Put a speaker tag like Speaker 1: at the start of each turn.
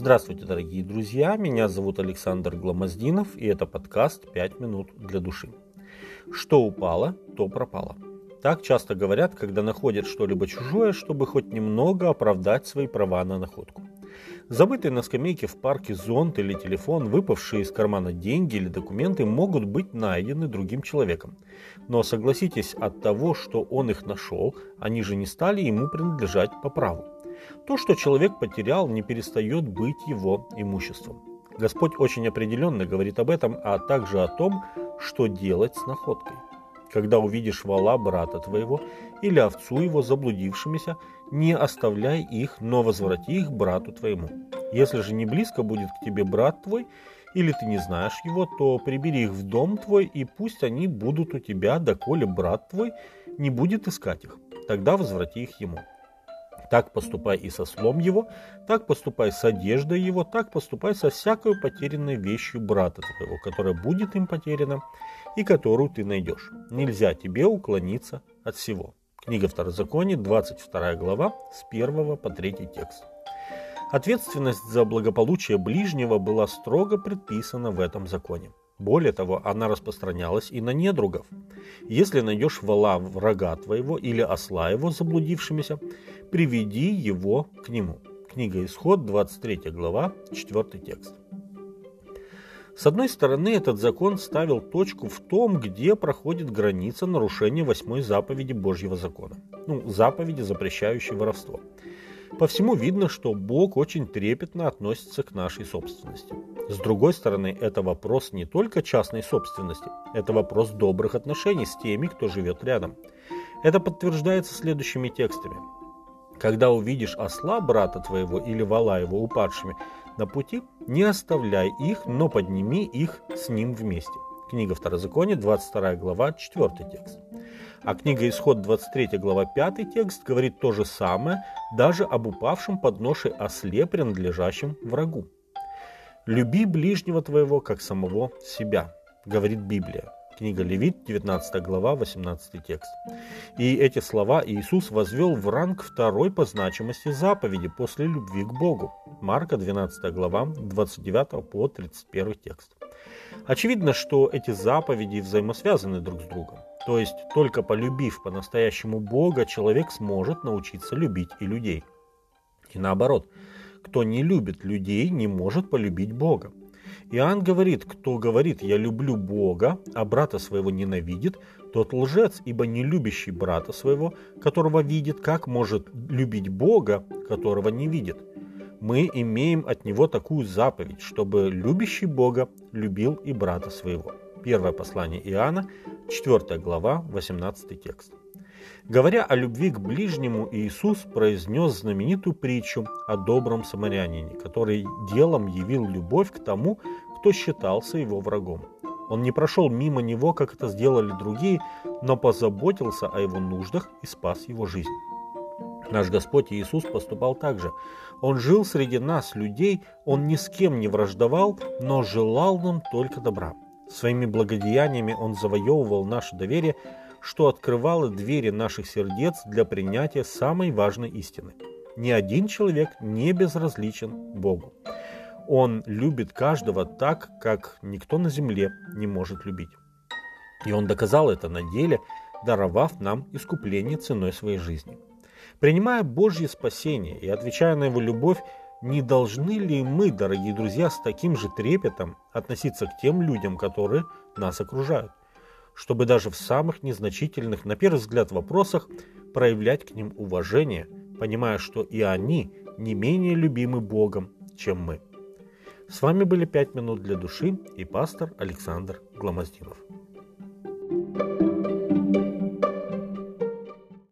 Speaker 1: Здравствуйте, дорогие друзья, меня зовут Александр Гломоздинов, и это подкаст «5 минут для души». Что упало, то пропало. Так часто говорят, когда находят что-либо чужое, чтобы хоть немного оправдать свои права на находку. Забытый на скамейке в парке зонт или телефон, выпавшие из кармана деньги или документы могут быть найдены другим человеком. Но согласитесь, от того, что он их нашел, они же не стали ему принадлежать по праву. То, что человек потерял, не перестает быть его имуществом. Господь очень определенно говорит об этом, а также о том, что делать с находкой. Когда увидишь вола брата твоего или овцу его заблудившимися, не оставляй их, но возврати их брату твоему. Если же не близко будет к тебе брат твой, или ты не знаешь его, то прибери их в дом твой, и пусть они будут у тебя, доколе брат твой не будет искать их. Тогда возврати их ему. Так поступай и со ослом его, так поступай с одеждой его, так поступай со всякой потерянной вещью брата твоего, которая будет им потеряна и которую ты найдешь. Нельзя тебе уклониться от всего. Книга Второзакония, 22 глава, с 1 по 3 текст. Ответственность за благополучие ближнего была строго предписана в этом законе. Более того, она распространялась и на недругов. Если найдешь вола врага твоего или осла его заблудившимися, приведи его к нему. Книга Исход, 23 глава, 4 текст. С одной стороны, этот закон ставил точку в том, где проходит граница нарушения 8 заповеди Божьего закона. Заповеди, запрещающей воровство. По всему видно, что Бог очень трепетно относится к нашей собственности. С другой стороны, это вопрос не только частной собственности, это вопрос добрых отношений с теми, кто живет рядом. Это подтверждается следующими текстами. Когда увидишь осла брата твоего или вола его упавшими на пути, не оставляй их, но подними их с ним вместе. Книга Второзакония, 22 глава, 4 текст. А книга Исход, 23 глава, 5 текст говорит то же самое, даже об упавшем под ношей осле, принадлежащем врагу. «Люби ближнего твоего, как самого себя», говорит Библия. Книга Левит, 19 глава, 18 текст. И эти слова Иисус возвел в ранг второй по значимости заповеди после любви к Богу. Марка, 12 глава, 29 по 31 текст. Очевидно, что эти заповеди взаимосвязаны друг с другом. То есть, только полюбив по-настоящему Бога, человек сможет научиться любить и людей. И наоборот, кто не любит людей, не может полюбить Бога. Иоанн говорит, кто говорит «я люблю Бога», а брата своего ненавидит, тот лжец, ибо не любящий брата своего, которого видит, как может любить Бога, которого не видит. Мы имеем от него такую заповедь, чтобы любящий Бога любил и брата своего. Первое послание Иоанна, 4 глава, 18 текст. Говоря о любви к ближнему, Иисус произнес знаменитую притчу о добром самарянине, который делом явил любовь к тому, кто считался его врагом. Он не прошел мимо него, как это сделали другие, но позаботился о его нуждах и спас его жизнь. Наш Господь Иисус поступал так же. Он жил среди нас, людей, Он ни с кем не враждовал, но желал нам только добра. Своими благодеяниями Он завоевывал наше доверие, что открывало двери наших сердец для принятия самой важной истины. Ни один человек не безразличен Богу. Он любит каждого так, как никто на земле не может любить. И Он доказал это на деле, даровав нам искупление ценой своей жизни. Принимая Божье спасение и отвечая на Его любовь, не должны ли мы, дорогие друзья, с таким же трепетом относиться к тем людям, которые нас окружают, чтобы даже в самых незначительных, на первый взгляд, вопросах проявлять к ним уважение, понимая, что и они не менее любимы Богом, чем мы. С вами были 5 минут для души и пастор Александр Гломоздинов.